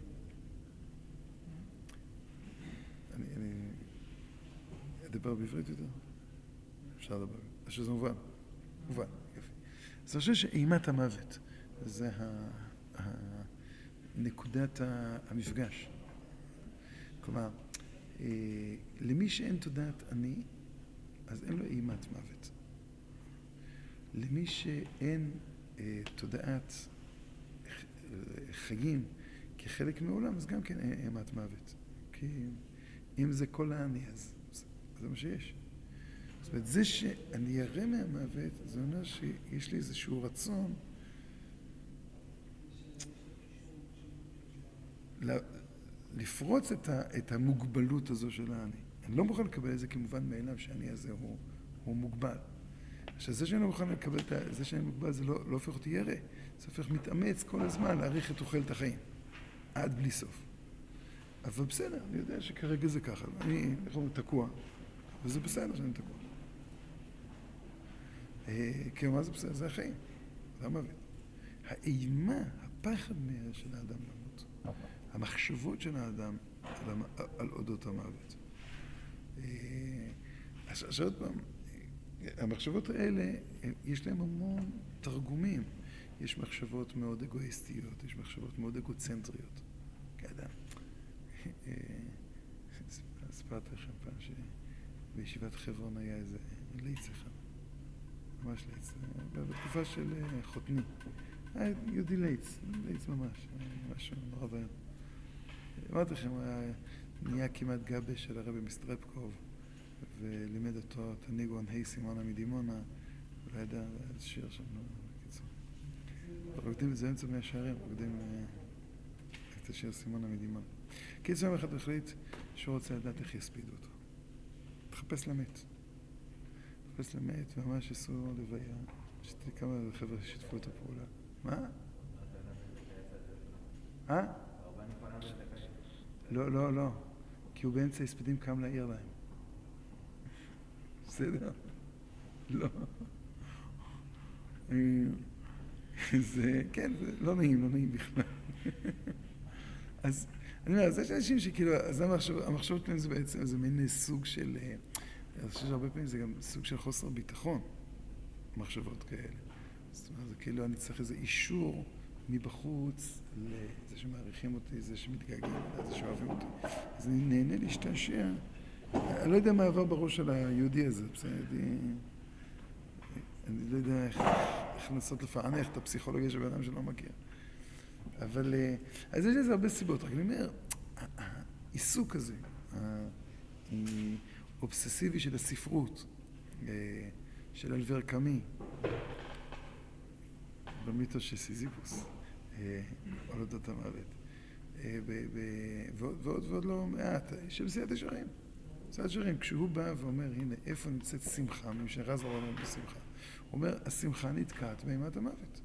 אני, אני אדבר בעברית יותר? אפשר לדבר. אז שזה מובן. מובן, יופי. אז אני חושב שאימת המוות זה ה, ה, נקודת המפגש. כלומר, אה, למי שאין תודעת אני, אז אין לו אימת מוות. למי שאין אה, תודעת חיים כחלק מעולם, אז גם כן אין אימת מוות. כי אם זה כל האני, אז זה מה שיש. זאת אומרת, זה שאני ירא מהמוות, זה אומר שיש לי איזשהו רצון לפרוץ את, ה, את המוגבלות הזו של האני. אני לא מוכן לקבל את זה כמובן מאליו שהאני הזה הוא, הוא מוגבל. עכשיו, זה שאני לא מוכן לקבל את זה שאני מוגבל, זה לא, לא הופך אותי ירא. זה הופך מתאמץ כל הזמן להאריך את תוחלת החיים. עד בלי סוף. אבל בסדר, אני יודע שכרגע זה ככה. אני, איך אומרים, תקוע. וזה בסדר שאני תקוע. כי מה זה בסדר? זה החיים. זה המוות. האימה, הפחד של האדם למות. המחשבות של האדם על, על אודות המוות. אז עוד פעם, המחשבות האלה, יש להם המון תרגומים. יש מחשבות מאוד אגואיסטיות, יש מחשבות מאוד אגוצנטריות. כאדם. הספרתי לכם פעם שבישיבת חברון היה איזה ליץ אחד. ממש ליץ. בתקופה של חותני. היה יהודי ליץ. ליץ ממש. משהו נורא ביום. אמרתי לכם, הוא היה נהיה כמעט גבש של הרבי מסטרפקוב, ולימד אותו תניגון היי סימונה מדימונה, וידע, היה שיר שם, בקיצור. רוקדים את זה אמצע מאה שערים, רוקדים את השיר סימונה מדימונה. קיצור יום אחד הוא החליט שהוא רוצה לדעת איך יספידו אותו. תחפש למת. תחפש למת, וממש עשו לוויה. שתהיה כמה חבר'ה ששיתפו את הפעולה. מה? אה? לא, לא, לא. כי הוא באמצע הספדים קם להעיר להם. בסדר? לא. זה, כן, זה לא נעים, לא נעים בכלל. אז אני אומר, אז יש אנשים שכאילו, אז המחשבות שלהם זה בעצם, זה מין סוג של, אני חושב שהרבה פעמים זה גם סוג של חוסר ביטחון, מחשבות כאלה. זאת אומרת, זה כאילו אני צריך איזה אישור מבחוץ לזה שמעריכים אותי, זה שמתגעגעים, זה שאוהבים אותי. אז אני נהנה להשתעשע. אני לא יודע מה עבר בראש של היהודי הזה, בסדר? אני לא יודע איך, איך לנסות לפענח את הפסיכולוגיה של האדם שלא מכיר. אבל, אז יש לזה הרבה סיבות. רק אני אומר, העיסוק הזה, האובססיבי של הספרות, של אלבר קאמי, במיתוס של סיזיפוס, על אודות המוות, ועוד ועוד לא מעט, של מסיעת ישרים. מסיעת ישרים, כשהוא בא ואומר, הנה, איפה נמצאת שמחה, ממשך זרוע לנו בשמחה. הוא אומר, השמחה נתקעת באימת המוות.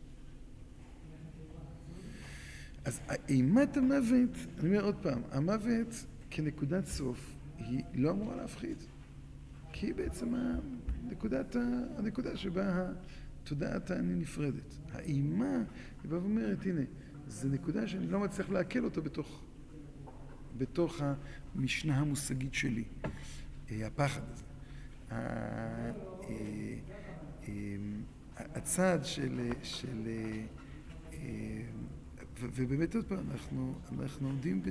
אז אימת המוות, אני אומר עוד פעם, המוות כנקודת סוף, היא לא אמורה להפחיד. כי היא בעצם הנקודת, הנקודה שבה התודעת אני נפרדת. האימה, היא באה ואומרת, הנה, זו נקודה שאני לא מצליח להקל אותה בתוך, בתוך המשנה המושגית שלי. הפחד הזה. הצעד של, של ובאמת עוד פעם, אנחנו, אנחנו עומדים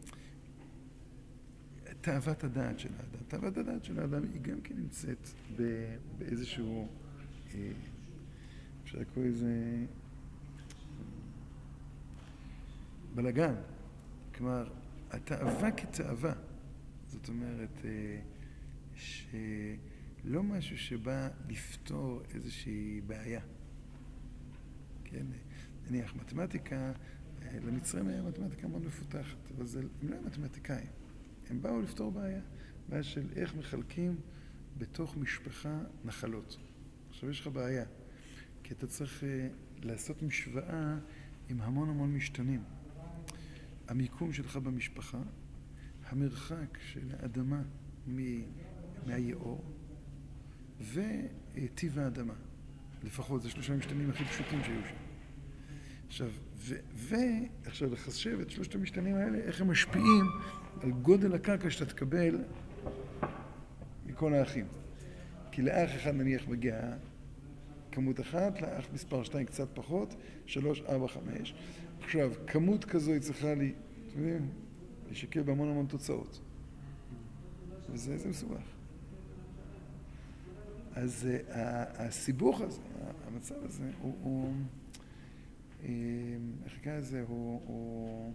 בתאוות הדעת של האדם. תאוות הדעת של האדם היא גם כן נמצאת באיזשהו, אפשר לקרוא איזה בלגן. כלומר, התאווה כתאווה, זאת אומרת, שלא משהו שבא לפתור איזושהי בעיה. כן? נניח, מתמטיקה, למצרים היה מתמטיקה מאוד מפותחת, אבל זה, הם לא היו מתמטיקאים. הם באו לפתור בעיה, בעיה של איך מחלקים בתוך משפחה נחלות. עכשיו יש לך בעיה, כי אתה צריך uh, לעשות משוואה עם המון המון משתנים. המיקום שלך במשפחה, המרחק של האדמה מ- מהיאור, וטיב האדמה. לפחות, זה שלושה משתנים הכי פשוטים שהיו שם. עכשיו, ו- ו- עכשיו לחשב את שלושת המשתנים האלה, איך הם משפיעים על גודל הקרקע שאתה תקבל מכל האחים. כי לאח אחד נניח מגיע כמות אחת, לאח מספר שתיים קצת פחות, שלוש, ארבע, חמש. עכשיו, כמות כזו היא צריכה לי, אתם יודעים, לשקל בהמון המון תוצאות. וזה זה מסובך. אז uh, הסיבוך הזה, המצב הזה, הוא, הוא איך נקרא לזה, הוא, הוא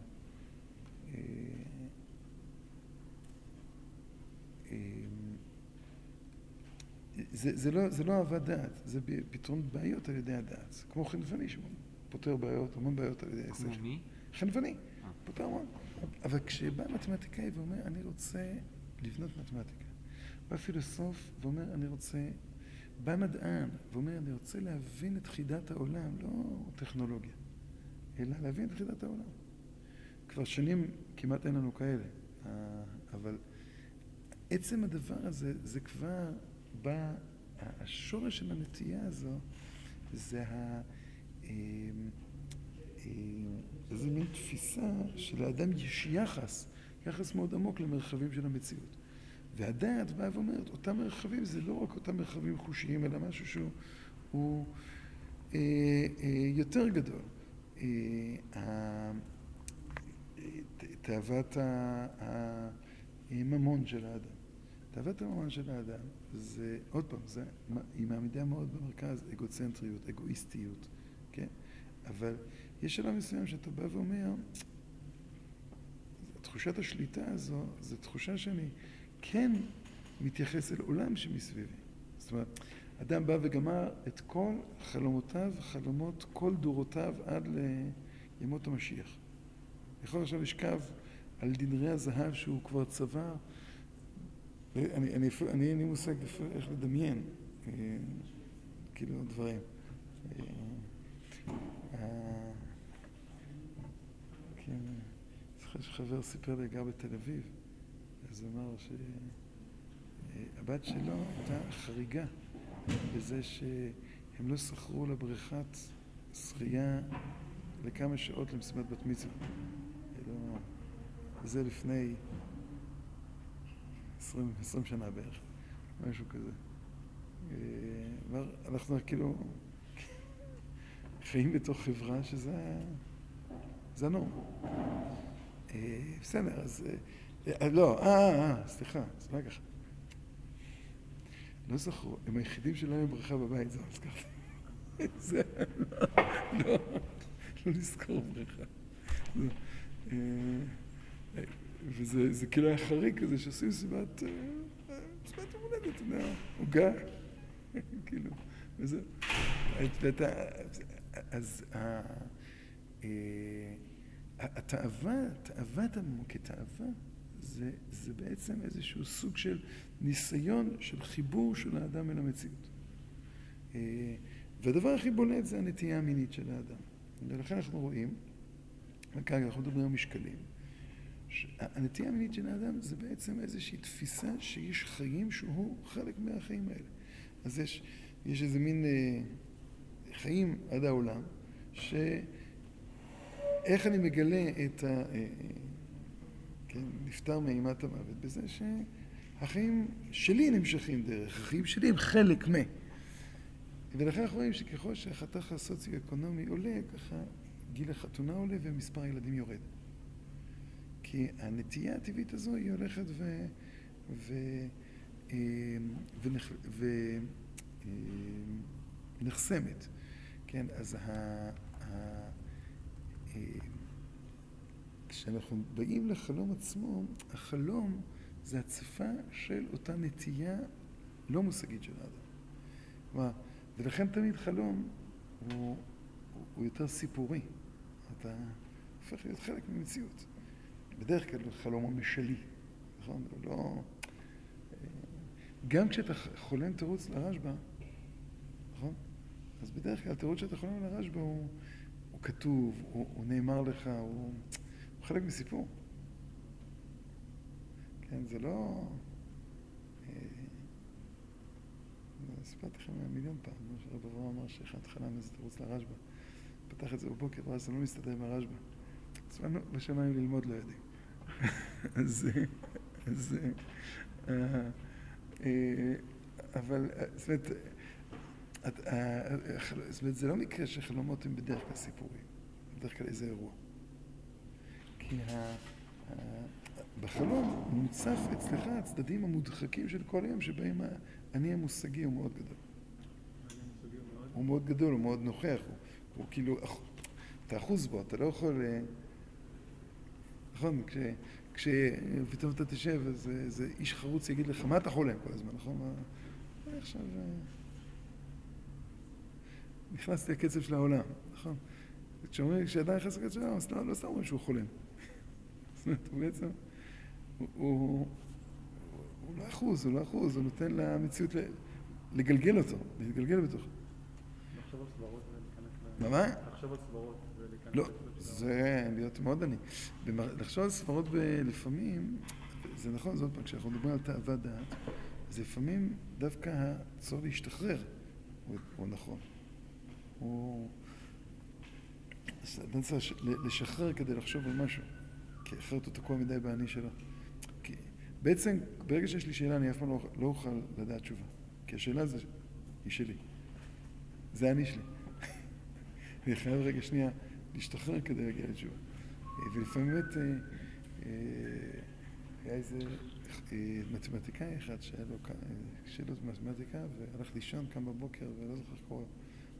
זה, זה לא, זה לא אהבת דעת, זה פתרון בעיות על ידי הדעת. כמו חנווני שפותר בעיות, המון בעיות על ידי העסק. כמו מי? חנווני, פותר המון. אבל כשבא מתמטיקאי ואומר, אני רוצה לבנות מתמטיקה, בא פילוסוף ואומר, אני רוצה, בא מדען ואומר, אני רוצה להבין את חידת העולם, לא טכנולוגיה, אלא להבין את חידת העולם. כבר שנים כמעט אין לנו כאלה, אבל עצם הדבר הזה, זה כבר בא, השורש של הנטייה הזו, זה ה... איזה מין תפיסה שלאדם יש יחס, יחס מאוד עמוק למרחבים של המציאות. והדעת באה ואומרת, אותם מרחבים זה לא רק אותם מרחבים חושיים, אלא משהו שהוא הוא, אה, אה, יותר גדול. אה, תאוות הממון של האדם. תאוות הממון של האדם זה, עוד פעם, זה, היא מעמידה מאוד במרכז אגוצנטריות, אגואיסטיות, כן? אבל יש שלב מסוים שאתה בא ואומר, תחושת השליטה הזו, זו תחושה שאני כן מתייחס אל עולם שמסביבי. זאת אומרת, אדם בא וגמר את כל חלומותיו, חלומות כל דורותיו עד לימות המשיח. יכול עכשיו לשכב על דנרי הזהב שהוא כבר צבע, אני, אני, אני, אני מושג איך לדמיין, כאילו דברים. כן, זוכר שחבר סיפר לי גר בתל אביב, אז הוא אמר שהבת שלו הייתה חריגה בזה שהם לא שכרו לבריכת שחייה לכמה שעות למשימת בת מצווה. זה לפני עשרים, עשרים שנה בערך, משהו כזה. אנחנו כאילו חיים בתוך חברה שזה זה הנורמה. בסדר, אז לא, אה, אה, סליחה, זה לא ככה. לא זכרו, הם היחידים שלא היו ברכה בבית, זה הזכרתי. זה, לא, לא, לא לזכור ברכה. וזה כאילו היה חריג כזה שעושים סיבת, סיבת המולדת, אתה יודע, עוגה, כאילו, וזה. אז התאווה, תאוות הממון כתאווה, זה, זה בעצם איזשהו סוג של ניסיון של חיבור של האדם אל המציאות. והדבר הכי בולט זה הנטייה המינית של האדם. ולכן אנחנו רואים, וכאן אנחנו מדברים על משקלים, הנטייה המינית של האדם זה בעצם איזושהי תפיסה שיש חיים שהוא חלק מהחיים האלה. אז יש, יש איזה מין אה, חיים עד העולם, שאיך אני מגלה את ה... אה, כן, נפטר מאימת המוות, בזה שהחיים שלי נמשכים דרך, החיים שלי הם חלק מה. ולכן אנחנו רואים שככל שהחתך הסוציו-אקונומי עולה, ככה גיל החתונה עולה ומספר הילדים יורד. כי הנטייה הטבעית הזו היא הולכת ו... ו... ונח... ו... ונחסמת. כן, אז ה... ה... כשאנחנו באים לחלום עצמו, החלום זה הצפה של אותה נטייה לא מושגית של האדם. כלומר, ולכן תמיד חלום הוא, הוא, הוא יותר סיפורי. אתה הופך להיות חלק ממציאות. בדרך כלל חלום הוא משלי, נכון? לא... גם כשאתה חולם תירוץ לרשב"א, נכון? אז בדרך כלל תירוץ שאתה חולם לרשב"א הוא, הוא כתוב, הוא, הוא נאמר לך, הוא, הוא חלק מסיפור. כן, זה לא... סיפרתי לכם מיליון פעם, מה שרב אברהם אמר שאחד חלם איזה תירוץ לרשב"א. פתח את זה בבוקר, ואז זה לא מסתדר עם הרשב"א. צפנו בשמיים ללמוד לא יודעים. אז... אז... אבל, זאת אומרת, זאת אומרת, זה לא מקרה שחלומות הם בדרך כלל סיפורים, בדרך כלל איזה אירוע. כי בחלום מוצף אצלך הצדדים המודחקים של כל היום, שבהם אני המושגי הוא מאוד גדול. הוא מאוד גדול, הוא מאוד נוכח, הוא כאילו, אתה אחוז בו, אתה לא יכול... נכון, כשפתאום אתה תשב, אז איזה איש חרוץ יגיד לך, מה אתה חולם כל הזמן, נכון? אני עכשיו... נכנסתי לקצב של העולם, נכון? כשאומרים, כשאדם נכנס לקצב של העולם, אז לא סתם אומרים שהוא חולם. זאת אומרת, הוא בעצם... הוא לא אחוז, הוא לא אחוז, הוא נותן למציאות לגלגל אותו, להתגלגל בתוכו. לחשוב על סברות ולהיכנס... מה מה? לחשוב על סברות ולהיכנס... לא, זה להיות מאוד עני. לחשוב על סברות לפעמים, זה נכון, זאת פעם, כשאנחנו מדברים על תאוות דעת, אז לפעמים דווקא הצורך להשתחרר הוא נכון. הוא... אדם צריך לשחרר כדי לחשוב על משהו, כי אחרת הוא תקוע מדי בעני שלו. כי בעצם, ברגע שיש לי שאלה, אני אף פעם לא אוכל לדעת תשובה. כי השאלה זה, היא שלי. זה אני שלי. אני חייב רגע שנייה להשתחרר כדי להגיע לתשובה. ולפעמים באמת, היה איזה מתמטיקאי אחד שהיה לו שאלות מתמטיקה, והלך לישון, קם בבוקר, ולא זוכר איך קורה,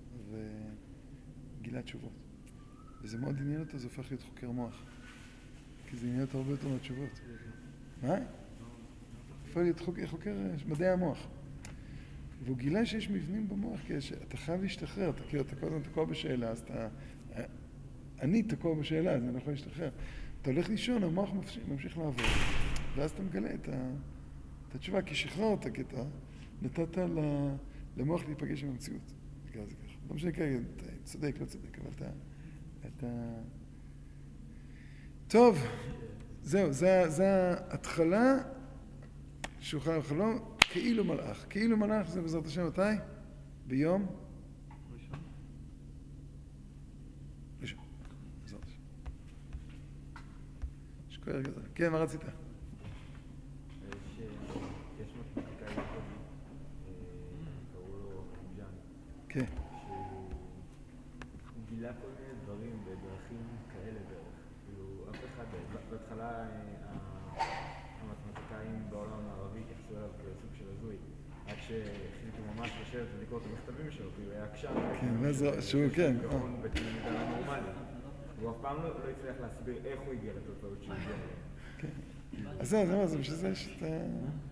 וגילה תשובות. וזה מאוד עניין אותו, זה הופך להיות חוקר מוח. כי זה עניין אותו הרבה יותר מהתשובות. מה? הופך להיות חוקר, חוקר מדעי המוח. והוא גילה שיש מבנים במוח, כי אתה חייב להשתחרר, אתה כאילו, אתה כל הזמן תקוע בשאלה, אז אתה... אני תקוע בשאלה, אז אני לא יכול להשתחרר. אתה הולך לישון, המוח ממשיך לעבור, ואז אתה מגלה את, ה... את התשובה, כי שחררת, כי אתה נתת למוח להיפגש עם המציאות. זה ככה, זה ככה. לא משנה כרגע, אתה צודק, לא צודק, אבל אתה... אתה... טוב, זהו, זה, זה ההתחלה שהוא חלם חלום, כאילו מלאך. כאילו מלאך זה בעזרת השם מתי? ביום? ראשון. ראשון, בעזרת השם. שכויר גדול. כן, מה רצית? יש מתמטיקאי יהודי, קראו לו קומג'אן. כן. שהוא גילה כל מיני דברים בדרכים כאלה בערך. כאילו, אף אחד, בהתחלה המתמטיקאים בעולם המערבי התייחסו אליו כסוג של הזוי, עד שהחליטו ממש לשבת ולקרוא את המכתבים שלו, כי הוא היה עקשן. כן, ואז שהוא, כן. גאון בתלמידה נורמלית. הוא אף פעם לא הצליח להסביר איך הוא הגיע לתוצאות שהוא הגיע. כן. אז זהו, זה מה זה, בשביל זה יש את ה...